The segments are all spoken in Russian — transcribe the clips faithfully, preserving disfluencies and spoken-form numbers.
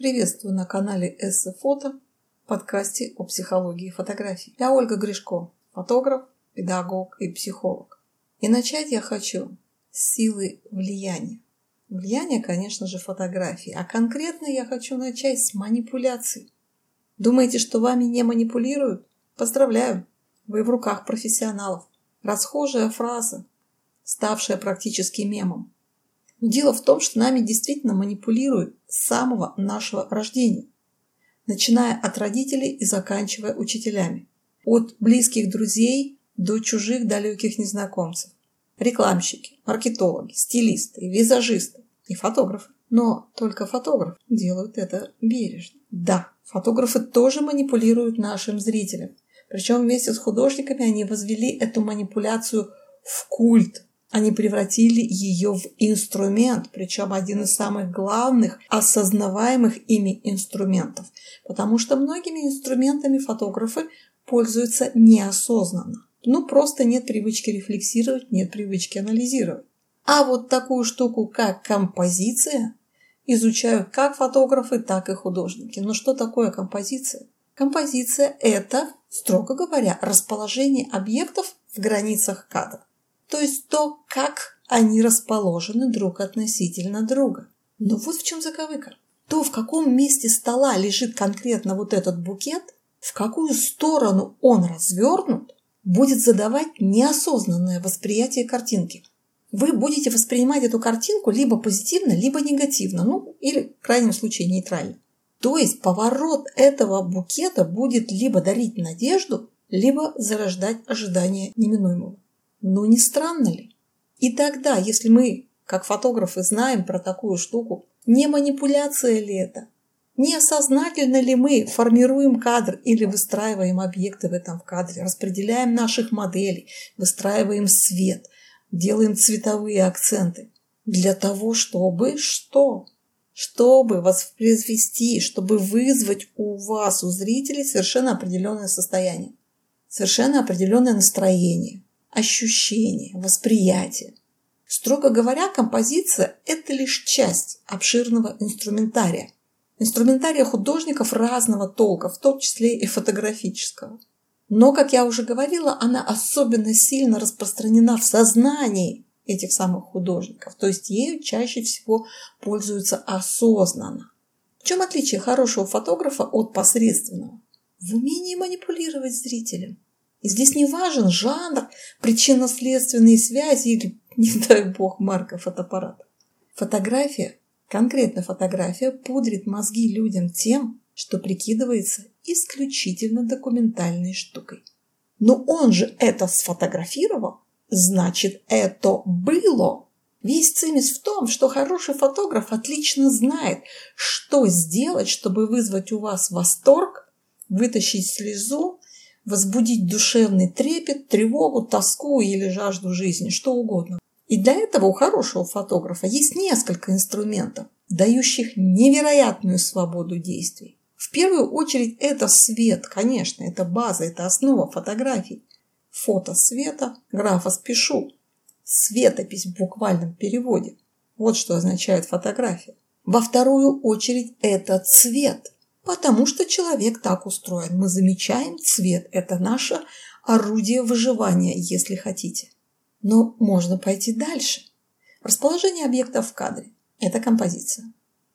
Приветствую на канале Эссе Фото, подкасте о психологии фотографий. Я Ольга Гришко, фотограф, педагог и психолог. И начать я хочу с силы влияния. Влияние, конечно же, фотографии, а конкретно я хочу начать с манипуляций. Думаете, что вами не манипулируют? Поздравляю, вы в руках профессионалов. Расхожая фраза, ставшая практически мемом. Дело в том, что нами действительно манипулируют с самого нашего рождения, начиная от родителей и заканчивая учителями, от близких друзей до чужих далеких незнакомцев, рекламщики, маркетологи, стилисты, визажисты и фотографы. Но только фотографы делают это бережно. Да, фотографы тоже манипулируют нашим зрителям, причем вместе с художниками они возвели эту манипуляцию в культ. Они превратили ее в инструмент, причем один из самых главных, осознаваемых ими инструментов. Потому что многими инструментами фотографы пользуются неосознанно. Ну, просто нет привычки рефлексировать, нет привычки анализировать. А вот такую штуку, как композиция, изучают как фотографы, так и художники. Но что такое композиция? Композиция – это, строго говоря, расположение объектов в границах кадра. То есть то, как они расположены друг относительно друга. Но вот в чем заковыка. То, в каком месте стола лежит конкретно вот этот букет, в какую сторону он развернут, будет задавать неосознанное восприятие картинки. Вы будете воспринимать эту картинку либо позитивно, либо негативно, ну или в крайнем случае нейтрально. То есть поворот этого букета будет либо дарить надежду, либо зарождать ожидание неминуемого. Ну, не странно ли? И тогда, если мы, как фотографы, знаем про такую штуку, не манипуляция ли это? Не осознательно ли мы формируем кадр или выстраиваем объекты в этом кадре, распределяем наших моделей, выстраиваем свет, делаем цветовые акценты? Для того, чтобы что? Чтобы воспроизвести, чтобы вызвать у вас, у зрителей совершенно определенное состояние, совершенно определенное настроение, ощущение, восприятие. Строго говоря, композиция – это лишь часть обширного инструментария. Инструментария художников разного толка, в том числе и фотографического. Но, как я уже говорила, она особенно сильно распространена в сознании этих самых художников. То есть ею чаще всего пользуются осознанно. В чем отличие хорошего фотографа от посредственного? В умении манипулировать зрителем. И здесь не важен жанр, причинно-следственные связи или, не дай бог, марка фотоаппарата. Фотография, конкретно фотография, пудрит мозги людям тем, что прикидывается исключительно документальной штукой. Но он же это сфотографировал, значит, это было. Весь цимис в том, что хороший фотограф отлично знает, что сделать, чтобы вызвать у вас восторг, вытащить слезу, возбудить душевный трепет, тревогу, тоску или жажду жизни, что угодно. И для этого у хорошего фотографа есть несколько инструментов, дающих невероятную свободу действий. В первую очередь это свет, конечно, это база, это основа фотографий. Фото света, графа спешу. Светопись в буквальном переводе. Вот что означает фотография. Во вторую очередь это цвет. Потому что человек так устроен. Мы замечаем цвет. Это наше орудие выживания, если хотите. Но можно пойти дальше. Расположение объекта в кадре – это композиция.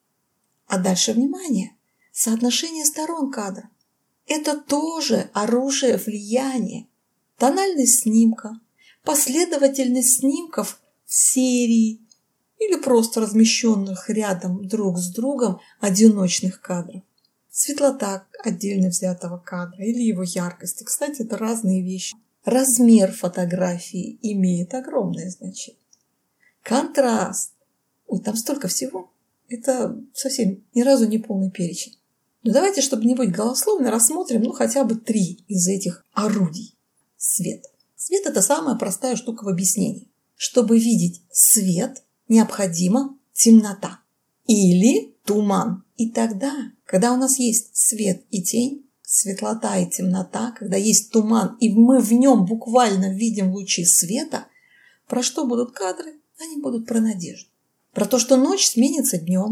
А дальше внимание. Соотношение сторон кадра – это тоже оружие влияния. Тональность снимка, последовательность снимков в серии или просто размещенных рядом друг с другом одиночных кадров. Светлота отдельно взятого кадра или его яркость. Кстати, это разные вещи. Размер фотографии имеет огромное значение. Контраст. Ой, там столько всего. Это совсем ни разу не полный перечень. Но давайте, чтобы не быть голословной, рассмотрим ну, хотя бы три из этих орудий. Свет. Свет – это самая простая штука в объяснении. Чтобы видеть свет, необходима темнота или туман. И тогда, когда у нас есть свет и тень, светлота и темнота, когда есть туман, и мы в нем буквально видим лучи света, про что будут кадры? Они будут про надежду. Про то, что ночь сменится днем,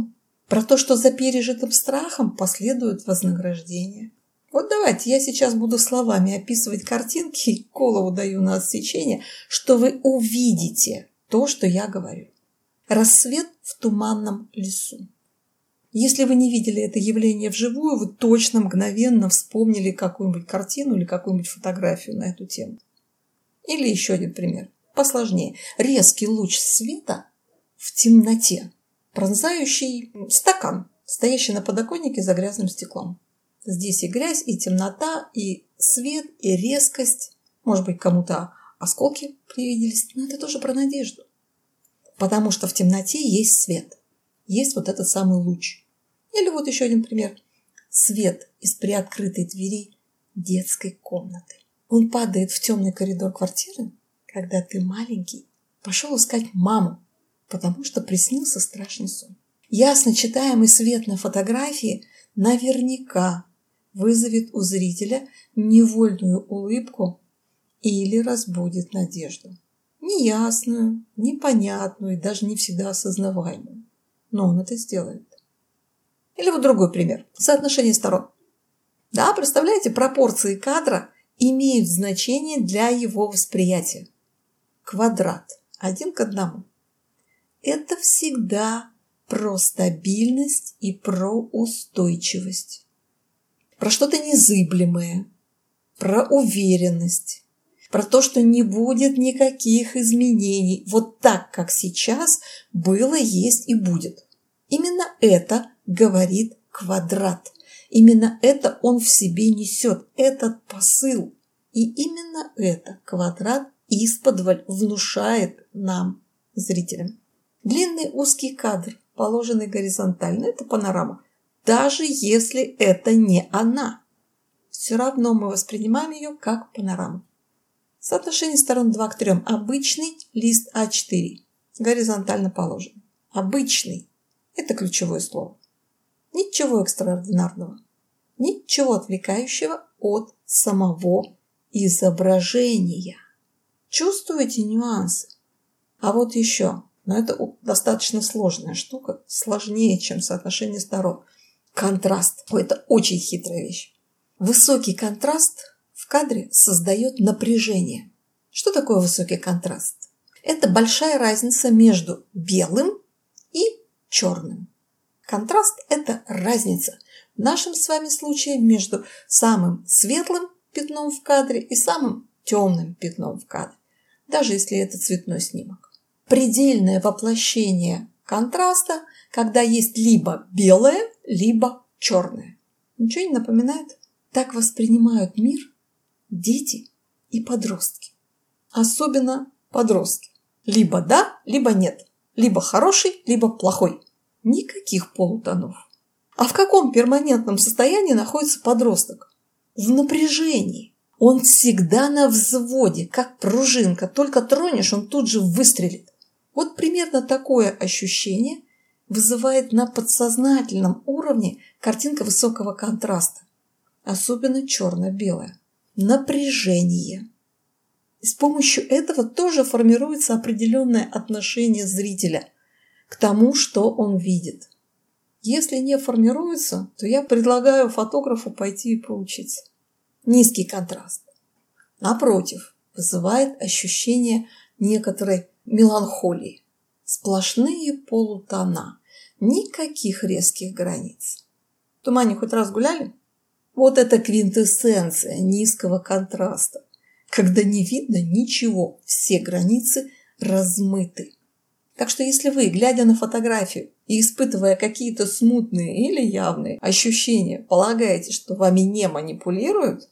Про то, что за пережитым страхом последует вознаграждение. Вот давайте я сейчас буду словами описывать картинки, и голову даю на отсечение, что вы увидите то, что я говорю. Рассвет в туманном лесу. Если вы не видели это явление вживую, вы точно мгновенно вспомнили какую-нибудь картину или какую-нибудь фотографию на эту тему. Или еще один пример, посложнее. Резкий луч света в темноте, пронзающий стакан, стоящий на подоконнике за грязным стеклом. Здесь и грязь, и темнота, и свет, и резкость. Может быть, кому-то осколки привиделись, но это тоже про надежду. Потому что в темноте есть свет, есть вот этот самый луч. Или вот еще один пример. Свет из приоткрытой двери детской комнаты. Он падает в темный коридор квартиры, когда ты маленький пошел искать маму, потому что приснился страшный сон. Ясно читаемый свет на фотографии наверняка вызовет у зрителя невольную улыбку или разбудит надежду. Неясную, непонятную и даже не всегда осознаваемую. Но он это сделает. Или вот другой пример. Соотношение сторон. Да, представляете, пропорции кадра имеют значение для его восприятия. Квадрат один к одному. Это всегда про стабильность и про устойчивость. Про что-то незыблемое. Про уверенность. Про то, что не будет никаких изменений. Вот так, как сейчас было, есть и будет. Именно это говорит квадрат. Именно это он в себе несет, этот посыл. И именно это квадрат исподволь внушает нам, зрителям. Длинный узкий кадр, положенный горизонтально, это панорама. Даже если это не она, все равно мы воспринимаем ее как панораму. Соотношение сторон два к трем. Обычный лист а четыре, горизонтально положен. Обычный. Это ключевое слово. Ничего экстраординарного. Ничего отвлекающего от самого изображения. Чувствуете нюансы? А вот еще, но это достаточно сложная штука, сложнее, чем соотношение сторон. Контраст. Ой, это очень хитрая вещь. Высокий контраст в кадре создает напряжение. Что такое высокий контраст? Это большая разница между белым и черным. Контраст – это разница в нашем с вами случае между самым светлым пятном в кадре и самым темным пятном в кадре, даже если это цветной снимок. Предельное воплощение контраста, когда есть либо белое, либо черное. Ничего не напоминает? Так воспринимают мир дети и подростки. Особенно подростки. Либо да, либо нет. Либо хороший, либо плохой. Никаких полутонов. А в каком перманентном состоянии находится подросток? В напряжении. Он всегда на взводе, как пружинка. Только тронешь, он тут же выстрелит. Вот примерно такое ощущение вызывает на подсознательном уровне картинка высокого контраста. Особенно черно-белая. Напряжение. И с помощью этого тоже формируется определенное отношение зрителя к тому, что он видит. Если не формируется, то я предлагаю фотографу пойти и поучиться. Низкий контраст, напротив, вызывает ощущение некоторой меланхолии. Сплошные полутона, никаких резких границ. В тумане хоть раз гуляли? Вот это квинтэссенция низкого контраста, когда не видно ничего, все границы размыты. Так что если вы, глядя на фотографию и испытывая какие-то смутные или явные ощущения, полагаете, что вами не манипулируют,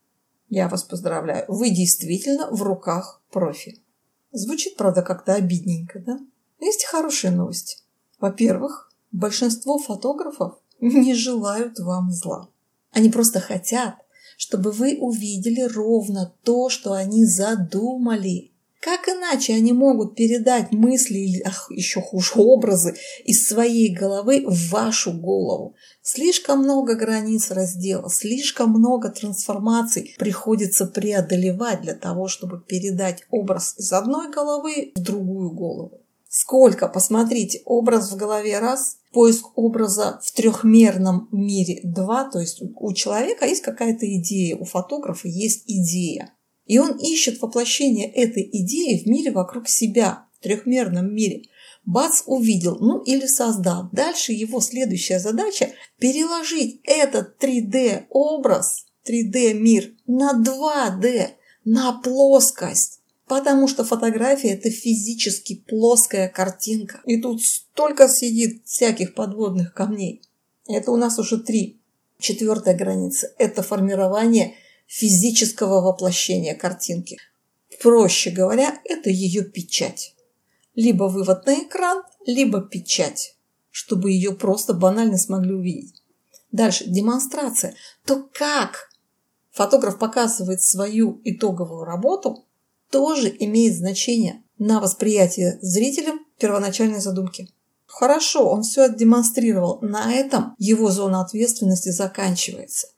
я вас поздравляю, вы действительно в руках профи. Звучит, правда, как-то обидненько, да? Но есть хорошие новости. Во-первых, большинство фотографов не желают вам зла. Они просто хотят, чтобы вы увидели ровно то, что они задумали. Как иначе они могут передать мысли или, ах, еще хуже, образы из своей головы в вашу голову? Слишком много границ раздела, слишком много трансформаций приходится преодолевать для того, чтобы передать образ из одной головы в другую голову. Сколько, посмотрите, образ в голове раз, поиск образа в трехмерном мире два, то есть у человека есть какая-то идея, у фотографа есть идея. И он ищет воплощение этой идеи в мире вокруг себя, в трехмерном мире. Бац, увидел, ну или создал. Дальше его следующая задача – переложить этот три дэ образ, три дэ мир на два дэ, на плоскость. Потому что фотография – это физически плоская картинка. И тут столько сидит всяких подводных камней. Это у нас уже три. Четвертая граница – это формирование физического воплощения картинки. Проще говоря, это ее печать. Либо вывод на экран, либо печать, чтобы ее просто банально смогли увидеть. Дальше демонстрация. То, как фотограф показывает свою итоговую работу, тоже имеет значение на восприятие зрителям первоначальной задумки. Хорошо, он все отдемонстрировал, на этом его зона ответственности заканчивается.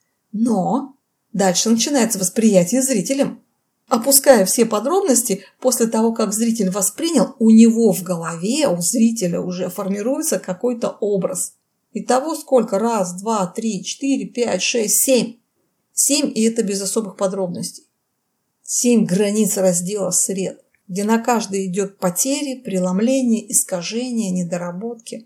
Но дальше начинается восприятие зрителем. Опуская все подробности, после того, как зритель воспринял, у него в голове, у зрителя уже формируется какой-то образ. Итого сколько? Раз, два, три, четыре, пять, шесть, семь. Семь, и это без особых подробностей. Семь границ раздела сред, где на каждой идет потери, преломление, искажения, недоработки.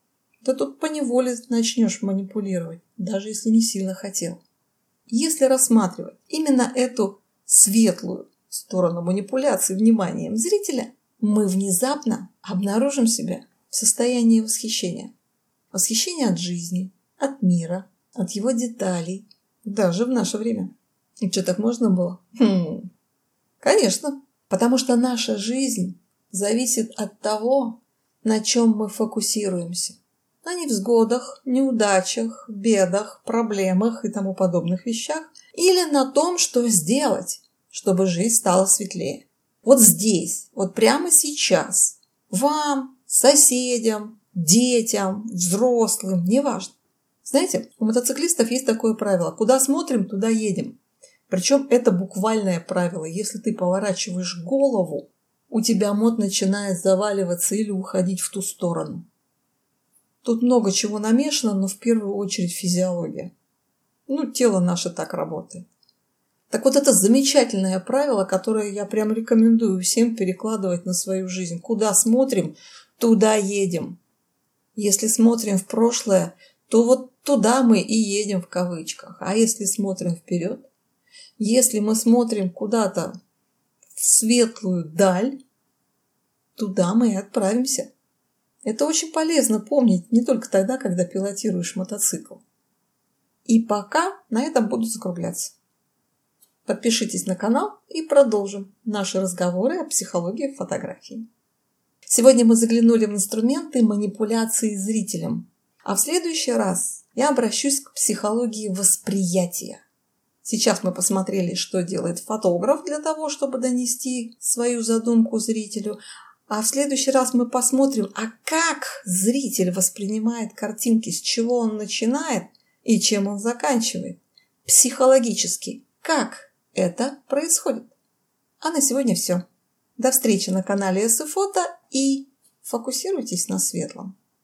Да тут поневоле начнешь манипулировать, даже если не сильно хотел. Если рассматривать именно эту светлую сторону манипуляции вниманием зрителя, мы внезапно обнаружим себя в состоянии восхищения. Восхищение от жизни, от мира, от его деталей, даже в наше время. И что, так можно было? Хм. Конечно, потому что наша жизнь зависит от того, на чем мы фокусируемся. На невзгодах, неудачах, бедах, проблемах и тому подобных вещах. Или на том, что сделать, чтобы жизнь стала светлее. Вот здесь, вот прямо сейчас, вам, соседям, детям, взрослым, неважно. Знаете, у мотоциклистов есть такое правило: куда смотрим, туда едем. Причем это буквальное правило. Если ты поворачиваешь голову, у тебя мот начинает заваливаться или уходить в ту сторону. Тут много чего намешано, но в первую очередь физиология. Ну, тело наше так работает. Так вот, это замечательное правило, которое я прям рекомендую всем перекладывать на свою жизнь. Куда смотрим, туда едем. Если смотрим в прошлое, то вот туда мы и едем в кавычках. А если смотрим вперед, если мы смотрим куда-то в светлую даль, туда мы и отправимся. Это очень полезно помнить не только тогда, когда пилотируешь мотоцикл. И пока на этом буду закругляться. Подпишитесь на канал и продолжим наши разговоры о психологии фотографии. Сегодня мы заглянули в инструменты манипуляции зрителем. А в следующий раз я обращусь к психологии восприятия. Сейчас мы посмотрели, что делает фотограф для того, чтобы донести свою задумку зрителю. А в следующий раз мы посмотрим, а как зритель воспринимает картинки, с чего он начинает и чем он заканчивает. Психологически, как это происходит. А на сегодня все. До встречи на канале эс и Фото и фокусируйтесь на светлом.